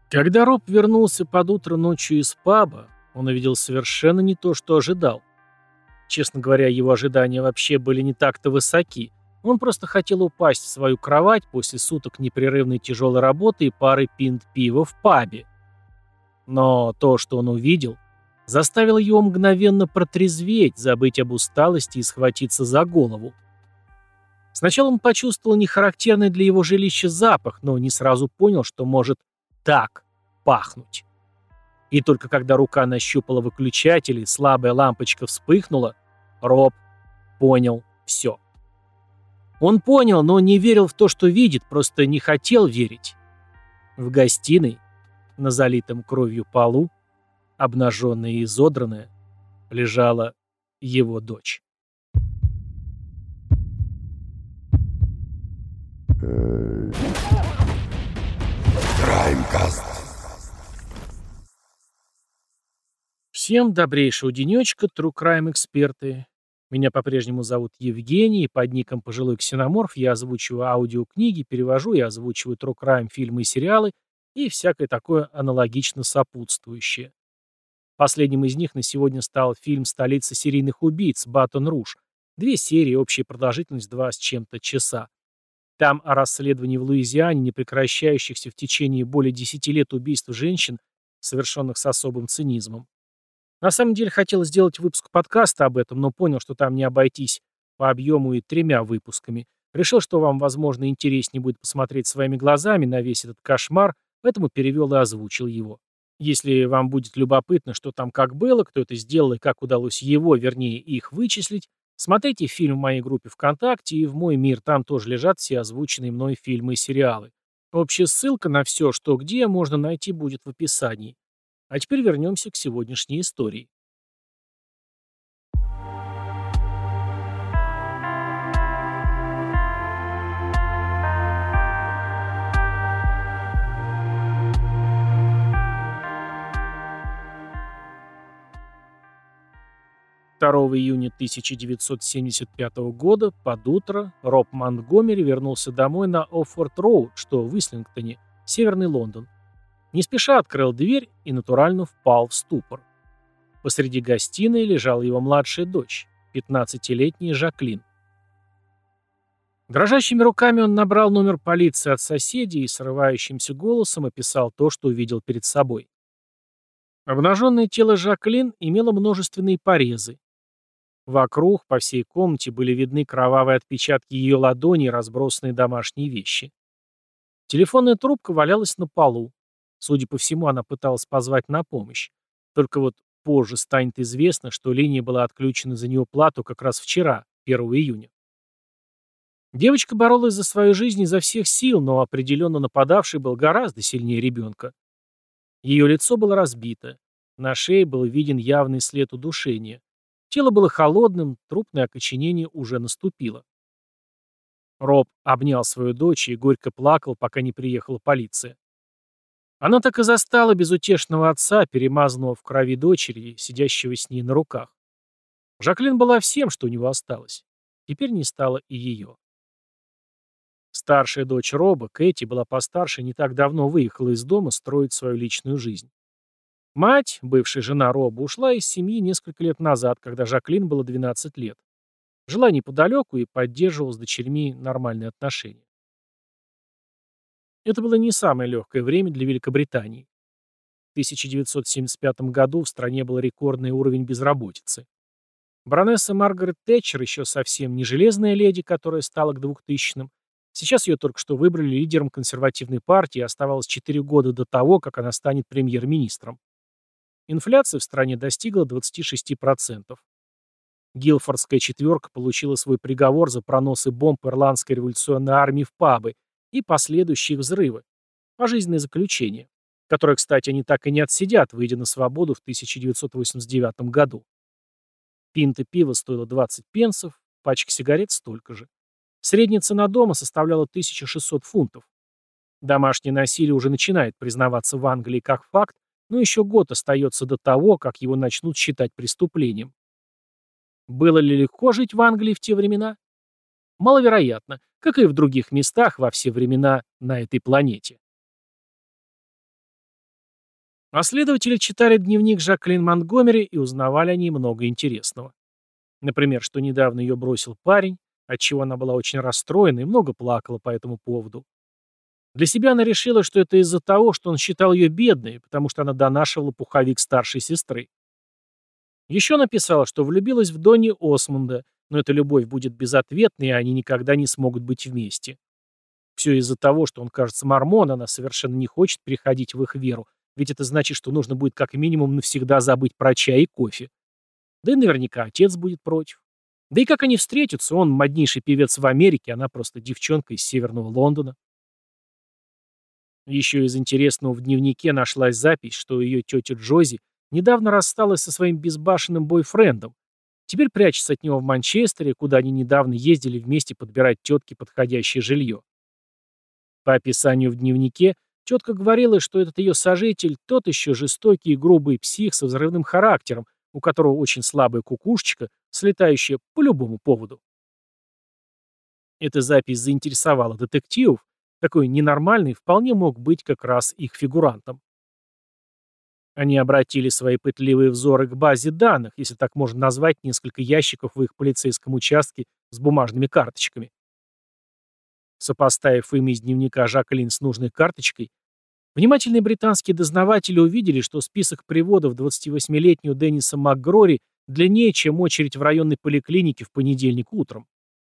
Когда Роб вернулся под утро ночью из паба, он увидел совершенно не то, что ожидал. Честно говоря, его ожидания вообще были не так-то высоки. Он просто хотел упасть в свою кровать после суток непрерывной тяжелой работы и пары пинт пива в пабе. Но то, что он увидел, заставило его мгновенно протрезветь, забыть об усталости и схватиться за голову. Сначала он почувствовал нехарактерный для его жилища запах, но не сразу понял, что может так пахнуть. И только когда рука нащупала выключатель и слабая лампочка вспыхнула, Роб понял все. Он понял, но не верил в то, что видит, просто не хотел верить. В гостиной, на залитом кровью полу, обнаженная и изодранная, лежала его дочь. Краймкаст. Всем добрейшего денечка, True Crime эксперты. Меня по-прежнему зовут Евгений, и под ником Пожилой Ксеноморф я озвучиваю аудиокниги, перевожу и озвучиваю True Crime фильмы и сериалы и всякое такое аналогично сопутствующее. Последним из них на сегодня стал фильм «Столица серийных убийц» Батон Руж. 2 серии, общая продолжительность 2 с чем-то часа. Там о расследовании в Луизиане, не прекращающихся в течение более 10 лет убийств женщин, совершенных с особым цинизмом. На самом деле хотел сделать выпуск подкаста об этом, но понял, что там не обойтись по объему и 3 выпусками. Решил, что вам, возможно, интереснее будет посмотреть своими глазами на весь этот кошмар, поэтому перевел и озвучил его. Если вам будет любопытно, что там как было, кто это сделал и как удалось его, вернее, их вычислить, смотрите фильм в моей группе ВКонтакте и в «Мой мир», там тоже лежат все озвученные мной фильмы и сериалы. Общая ссылка на все, что где, можно найти будет в описании. А теперь вернемся к сегодняшней истории. 2 июня 1975 года под утро Роб Монтгомери вернулся домой на Оффорд-Роуд, что в Ислингтоне, Северный Лондон. Не спеша открыл дверь и натурально впал в ступор. Посреди гостиной лежала его младшая дочь, 15-летняя Жаклин. Дрожащими руками он набрал номер полиции от соседей и срывающимся голосом описал то, что увидел перед собой. Обнаженное тело Жаклин имело множественные порезы. Вокруг, по всей комнате, были видны кровавые отпечатки ее ладоней и разбросанные домашние вещи. Телефонная трубка валялась на полу. Судя по всему, она пыталась позвать на помощь. Только вот позже станет известно, что линия была отключена за неуплату как раз вчера, 1 июня. Девочка боролась за свою жизнь изо всех сил, но определенно нападавший был гораздо сильнее ребенка. Ее лицо было разбито. На шее был виден явный след удушения. Тело было холодным, трупное окоченение уже наступило. Роб обнял свою дочь и горько плакал, пока не приехала полиция. Она так и застала безутешного отца, перемазанного в крови дочери, сидящего с ней на руках. Жаклин была всем, что у него осталось. Теперь не стало и ее. Старшая дочь Роба, Кэти, была постарше и не так давно выехала из дома строить свою личную жизнь. Мать, бывшая жена Роба, ушла из семьи несколько лет назад, когда Жаклин было 12 лет. Жила неподалеку и поддерживала с дочерьми нормальные отношения. Это было не самое легкое время для Великобритании. В 1975 году в стране был рекордный уровень безработицы. Баронесса Маргарет Тэтчер, еще совсем не железная леди, которая стала к 2000-м, сейчас ее только что выбрали лидером консервативной партии, и оставалось 4 года до того, как она станет премьер-министром. Инфляция в стране достигла 26%. Гилфордская четверка получила свой приговор за проносы бомб ирландской революционной армии в пабы и последующие взрывы. Пожизненное заключение, которое, кстати, они так и не отсидят, выйдя на свободу в 1989 году. Пинта пива стоила 20 пенсов, пачка сигарет столько же. Средняя цена дома составляла 1600 фунтов. Домашнее насилие уже начинает признаваться в Англии как факт, но еще год остается до того, как его начнут считать преступлением. Было ли легко жить в Англии в те времена? Маловероятно, как и в других местах во все времена на этой планете. А следователи читали дневник Жаклин Монтгомери и узнавали о ней много интересного. Например, что недавно ее бросил парень, отчего она была очень расстроена и много плакала по этому поводу. Для себя она решила, что это из-за того, что он считал ее бедной, потому что она донашивала пуховик старшей сестры. Еще написала, что влюбилась в Донни Осмонда, но эта любовь будет безответной, и они никогда не смогут быть вместе. Все из-за того, что он, кажется, мормон, она совершенно не хочет переходить в их веру, ведь это значит, что нужно будет как минимум навсегда забыть про чай и кофе. Да и наверняка отец будет против. Да и как они встретятся, он моднейший певец в Америке, она просто девчонка из северного Лондона. Еще из интересного в дневнике нашлась запись, что ее тетя Джози недавно рассталась со своим безбашенным бойфрендом. Теперь прячется от него в Манчестере, куда они недавно ездили вместе подбирать тетке подходящее жилье. По описанию в дневнике, тетка говорила, что этот ее сожитель тот еще жестокий и грубый псих со взрывным характером, у которого очень слабая кукушечка, слетающая по любому поводу. Эта запись заинтересовала детективов, такой ненормальный вполне мог быть как раз их фигурантом. Они обратили свои пытливые взоры к базе данных, если так можно назвать несколько ящиков в их полицейском участке с бумажными карточками. Сопоставив имя из дневника Жаклин с нужной карточкой, внимательные британские дознаватели увидели, что список приводов 28-летнего Денниса МакГрори длиннее, чем очередь в районной поликлинике в понедельник утром.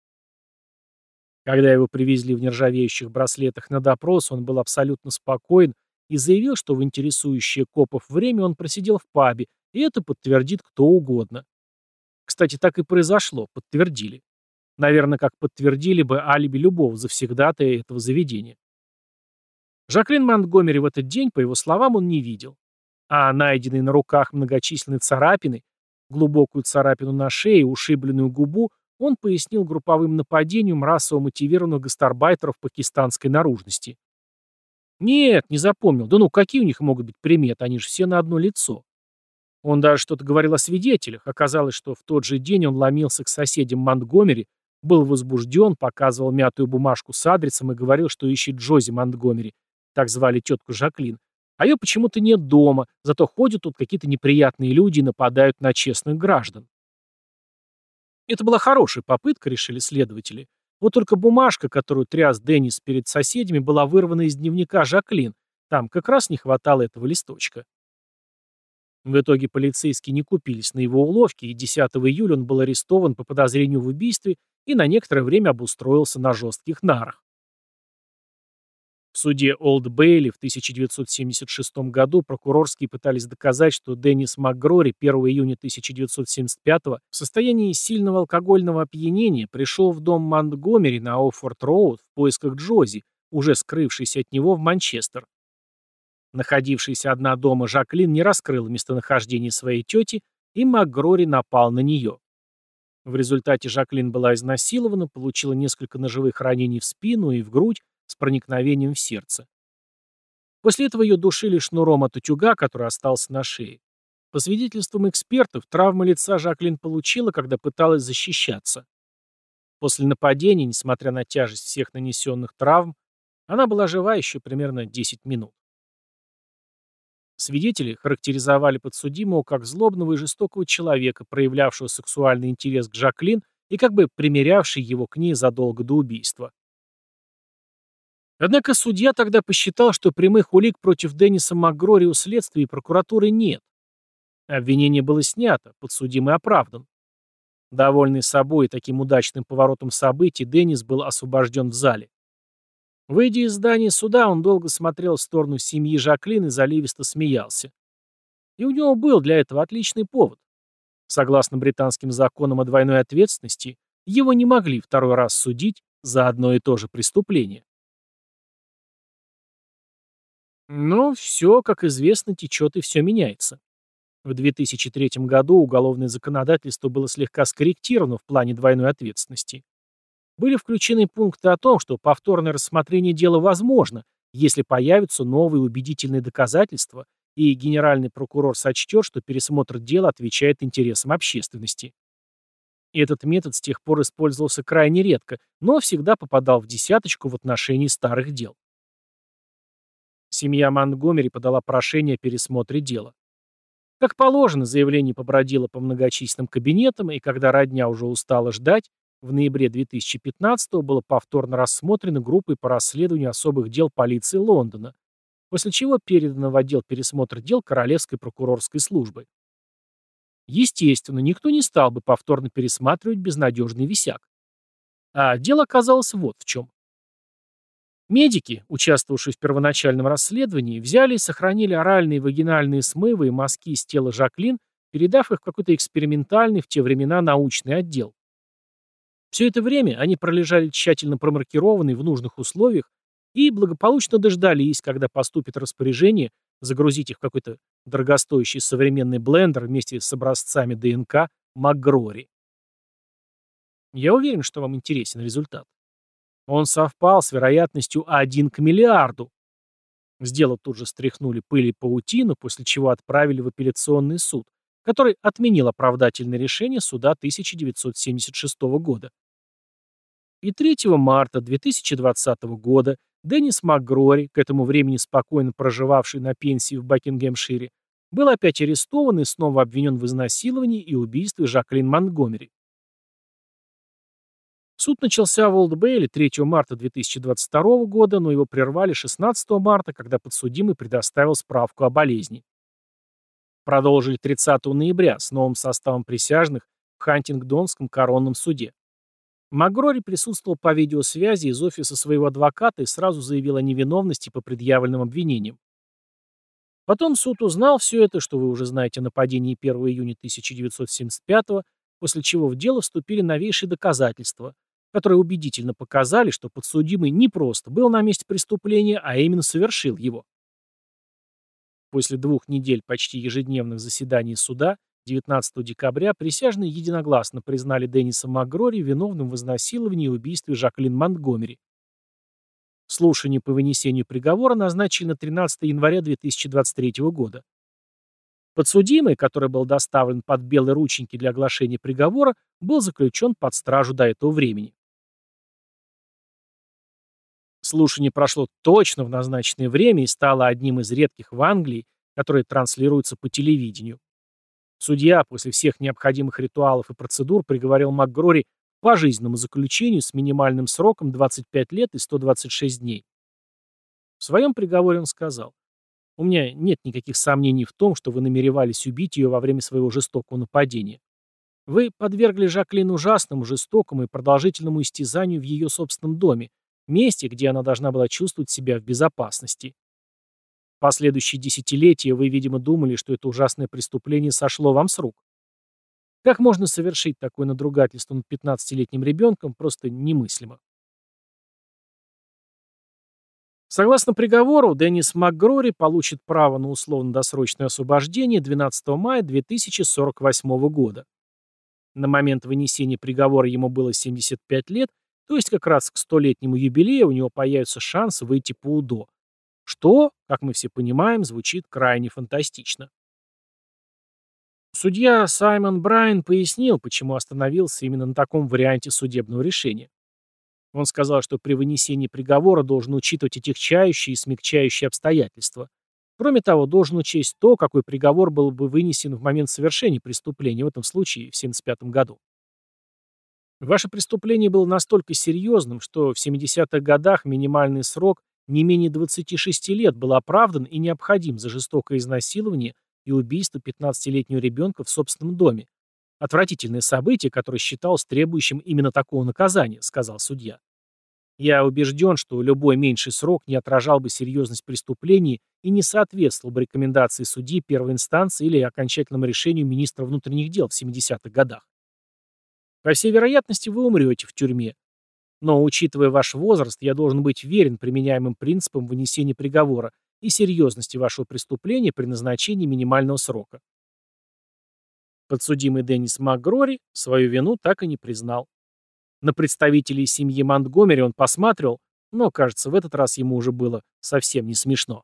Когда его привезли в нержавеющих браслетах на допрос, он был абсолютно спокоен и заявил, что в интересующее копов время он просидел в пабе, и это подтвердит кто угодно. Кстати, так и произошло, подтвердили. Наверное, как подтвердили бы алиби любого завсегдатая этого заведения. Жаклин Монтгомери в этот день, по его словам, он не видел. А найденные на руках многочисленные царапины, глубокую царапину на шее, ушибленную губу, он пояснил групповым нападением расово мотивированных гастарбайтеров пакистанской наружности. Нет, не запомнил. Да ну, какие у них могут быть приметы? Они же все на одно лицо. Он даже что-то говорил о свидетелях. Оказалось, что в тот же день он ломился к соседям Монтгомери, был возбужден, показывал мятую бумажку с адресом и говорил, что ищет Джози Монтгомери, так звали тетку Жаклин. А ее почему-то нет дома, зато ходят тут какие-то неприятные люди и нападают на честных граждан. Это была хорошая попытка, решили следователи. Вот только бумажка, которую тряс Деннис перед соседями, была вырвана из дневника Жаклин. Там как раз не хватало этого листочка. В итоге полицейские не купились на его уловки, и 10 июля он был арестован по подозрению в убийстве и на некоторое время обустроился на жестких нарах. В суде Олд Бейли в 1976 году прокурорские пытались доказать, что Деннис МакГрори 1 июня 1975 в состоянии сильного алкогольного опьянения пришел в дом Монтгомери на Оуфорд-Роуд в поисках Джози, уже скрывшейся от него в Манчестер. Находившаяся одна дома Жаклин не раскрыла местонахождение своей тети, и МакГрори напал на нее. В результате Жаклин была изнасилована, получила несколько ножевых ранений в спину и в грудь с проникновением в сердце. После этого ее душили шнуром от утюга, который остался на шее. По свидетельствам экспертов, травмы лица Жаклин получила, когда пыталась защищаться. После нападения, несмотря на тяжесть всех нанесенных травм, она была жива еще примерно 10 минут. Свидетели характеризовали подсудимого как злобного и жестокого человека, проявлявшего сексуальный интерес к Жаклин и как бы примерявший его к ней задолго до убийства. Однако судья тогда посчитал, что прямых улик против Денниса МакГрори у следствия и прокуратуры нет. Обвинение было снято, подсудимый оправдан. Довольный собой и таким удачным поворотом событий, Деннис был освобожден в зале. Выйдя из здания суда, он долго смотрел в сторону семьи Жаклин и заливисто смеялся. И у него был для этого отличный повод. Согласно британским законам о двойной ответственности, его не могли второй раз судить за одно и то же преступление. Но все, как известно, течет и все меняется. В 2003 году уголовное законодательство было слегка скорректировано в плане двойной ответственности. Были включены пункты о том, что повторное рассмотрение дела возможно, если появятся новые убедительные доказательства, и генеральный прокурор сочтет, что пересмотр дела отвечает интересам общественности. И этот метод с тех пор использовался крайне редко, но всегда попадал в десяточку в отношении старых дел. Семья Монтгомери подала прошение о пересмотре дела. Как положено, заявление побродило по многочисленным кабинетам, и когда родня уже устала ждать, в ноябре 2015 было повторно рассмотрено группой по расследованию особых дел полиции Лондона, после чего передано в отдел пересмотра дел Королевской прокурорской службы. Естественно, никто не стал бы повторно пересматривать безнадежный висяк. А дело оказалось вот в чем. Медики, участвовавшие в первоначальном расследовании, взяли и сохранили оральные и вагинальные смывы и мазки из тела Жаклин, передав их в какой-то экспериментальный в те времена научный отдел. Все это время они пролежали тщательно промаркированные в нужных условиях и благополучно дождались, когда поступит распоряжение загрузить их в какой-то дорогостоящий современный блендер вместе с образцами ДНК МакГрори. Я уверен, что вам интересен результат. Он совпал с вероятностью 1 к миллиарду. С дела тут же стряхнули пыль и паутину, после чего отправили в апелляционный суд, который отменил оправдательное решение суда 1976 года. И 3 марта 2020 года Деннис МакГрори, к этому времени спокойно проживавший на пенсии в Бакингемшире, был опять арестован и снова обвинен в изнасиловании и убийстве Жаклин Монтгомери. Суд начался в Олд-Бейле 3 марта 2022 года, но его прервали 16 марта, когда подсудимый предоставил справку о болезни. Продолжили 30 ноября с новым составом присяжных в Хантингдонском коронном суде. МакГрори присутствовал по видеосвязи из офиса своего адвоката и сразу заявил о невиновности по предъявленным обвинениям. Потом суд узнал все это, что вы уже знаете о нападении 1 июня 1975 после чего в дело вступили новейшие доказательства, которые убедительно показали, что подсудимый не просто был на месте преступления, а именно совершил его. После 2 недель почти ежедневных заседаний суда 19 декабря присяжные единогласно признали Денниса МакГрори виновным в изнасиловании и убийстве Жаклин Монтгомери. Слушание по вынесению приговора назначили на 13 января 2023 года. Подсудимый, который был доставлен под белые рученьки для оглашения приговора, был заключен под стражу до этого времени. Слушание прошло точно в назначенное время и стало одним из редких в Англии, которые транслируются по телевидению. Судья после всех необходимых ритуалов и процедур приговорил МакГрори к пожизненному заключению с минимальным сроком 25 лет и 126 дней. В своем приговоре он сказал: «У меня нет никаких сомнений в том, что вы намеревались убить ее во время своего жестокого нападения. Вы подвергли Жаклин ужасному, жестокому и продолжительному истязанию в ее собственном доме, месте, где она должна была чувствовать себя в безопасности. В последующие десятилетия вы, видимо, думали, что это ужасное преступление сошло вам с рук. Как можно совершить такое надругательство над 15-летним ребенком, просто немыслимо». Согласно приговору, Деннис МакГрори получит право на условно-досрочное освобождение 12 мая 2048 года. На момент вынесения приговора ему было 75 лет, то есть как раз к 100-летнему юбилею у него появится шанс выйти по УДО. Что, как мы все понимаем, звучит крайне фантастично. Судья Саймон Брайан пояснил, почему остановился именно на таком варианте судебного решения. Он сказал, что при вынесении приговора должен учитывать отягчающие и смягчающие обстоятельства. Кроме того, должен учесть то, какой приговор был бы вынесен в момент совершения преступления, в этом случае в 1975 году. Ваше преступление было настолько серьезным, что в 70-х годах минимальный срок не менее 26 лет был оправдан и необходим за жестокое изнасилование и убийство 15-летнего ребенка в собственном доме. Отвратительное событие, которое считалось требующим именно такого наказания, сказал судья. Я убежден, что любой меньший срок не отражал бы серьезность преступления и не соответствовал бы рекомендации судьи первой инстанции или окончательному решению министра внутренних дел в 70-х годах. По всей вероятности, вы умрете в тюрьме. Но, учитывая ваш возраст, я должен быть верен применяемым принципам вынесения приговора и серьезности вашего преступления при назначении минимального срока. Подсудимый Деннис МакГрори свою вину так и не признал. На представителей семьи Монтгомери он посматривал, но, кажется, в этот раз ему уже было совсем не смешно.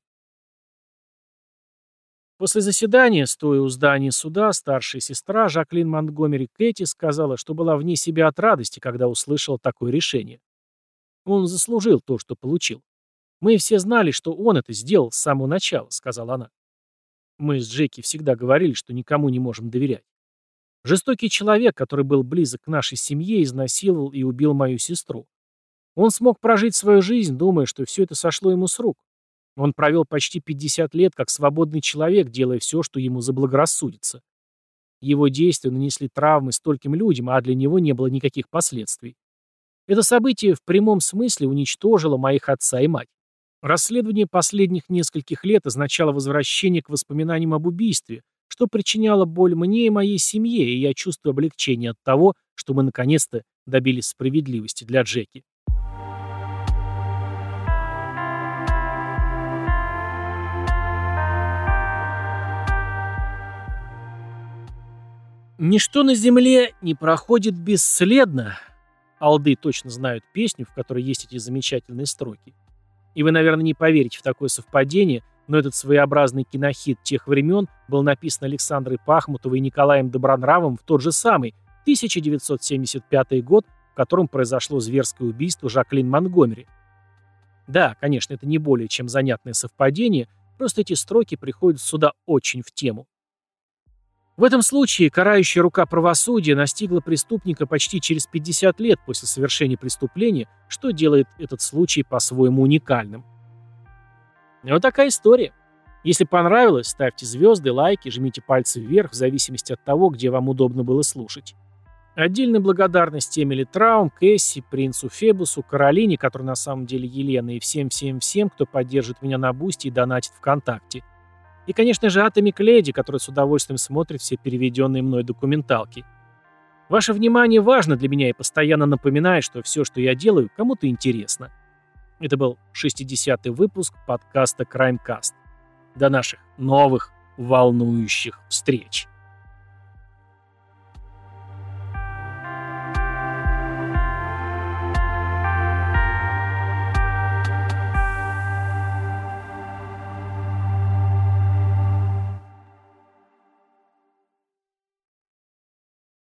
После заседания, стоя у здания суда, старшая сестра Жаклин Монтгомери Кэти сказала, что была вне себя от радости, когда услышала такое решение. Он заслужил то, что получил. Мы все знали, что он это сделал с самого начала», — сказала она. «Мы с Джеки всегда говорили, что никому не можем доверять. Жестокий человек, который был близок к нашей семье, изнасиловал и убил мою сестру. Он смог прожить свою жизнь, думая, что все это сошло ему с рук. Он провел почти 50 лет как свободный человек, делая все, что ему заблагорассудится. Его действия нанесли травмы стольким людям, а для него не было никаких последствий. Это событие в прямом смысле уничтожило моих отца и мать. Расследование последних нескольких лет означало возвращение к воспоминаниям об убийстве, что причиняло боль мне и моей семье, и я чувствую облегчение от того, что мы наконец-то добились справедливости для Джеки». «Ничто на земле не проходит бесследно». Алды точно знают песню, в которой есть эти замечательные строки. И вы, наверное, не поверите в такое совпадение, но этот своеобразный кинохит тех времен был написан Александрой Пахмутовой и Николаем Добронравовым в тот же самый 1975 год, в котором произошло зверское убийство Жаклин Монтгомери. Да, конечно, это не более чем занятное совпадение, просто эти строки приходят сюда очень в тему. В этом случае карающая рука правосудия настигла преступника почти через 50 лет после совершения преступления, что делает этот случай по-своему уникальным. И вот такая история. Если понравилось, ставьте звезды, лайки, жмите пальцы вверх в зависимости от того, где вам удобно было слушать. Отдельная благодарность Эмили Траум, Кэсси, принцу Фебусу, Каролине, которая на самом деле Елена, и всем-всем-всем, кто поддержит меня на Бусти и донатит ВКонтакте. И, конечно же, Атомик Леди, который с удовольствием смотрит все переведенные мной документалки. Ваше внимание важно для меня и постоянно напоминает, что все, что я делаю, кому-то интересно. Это был 60-й выпуск подкаста CrimeCast. До наших новых волнующих встреч!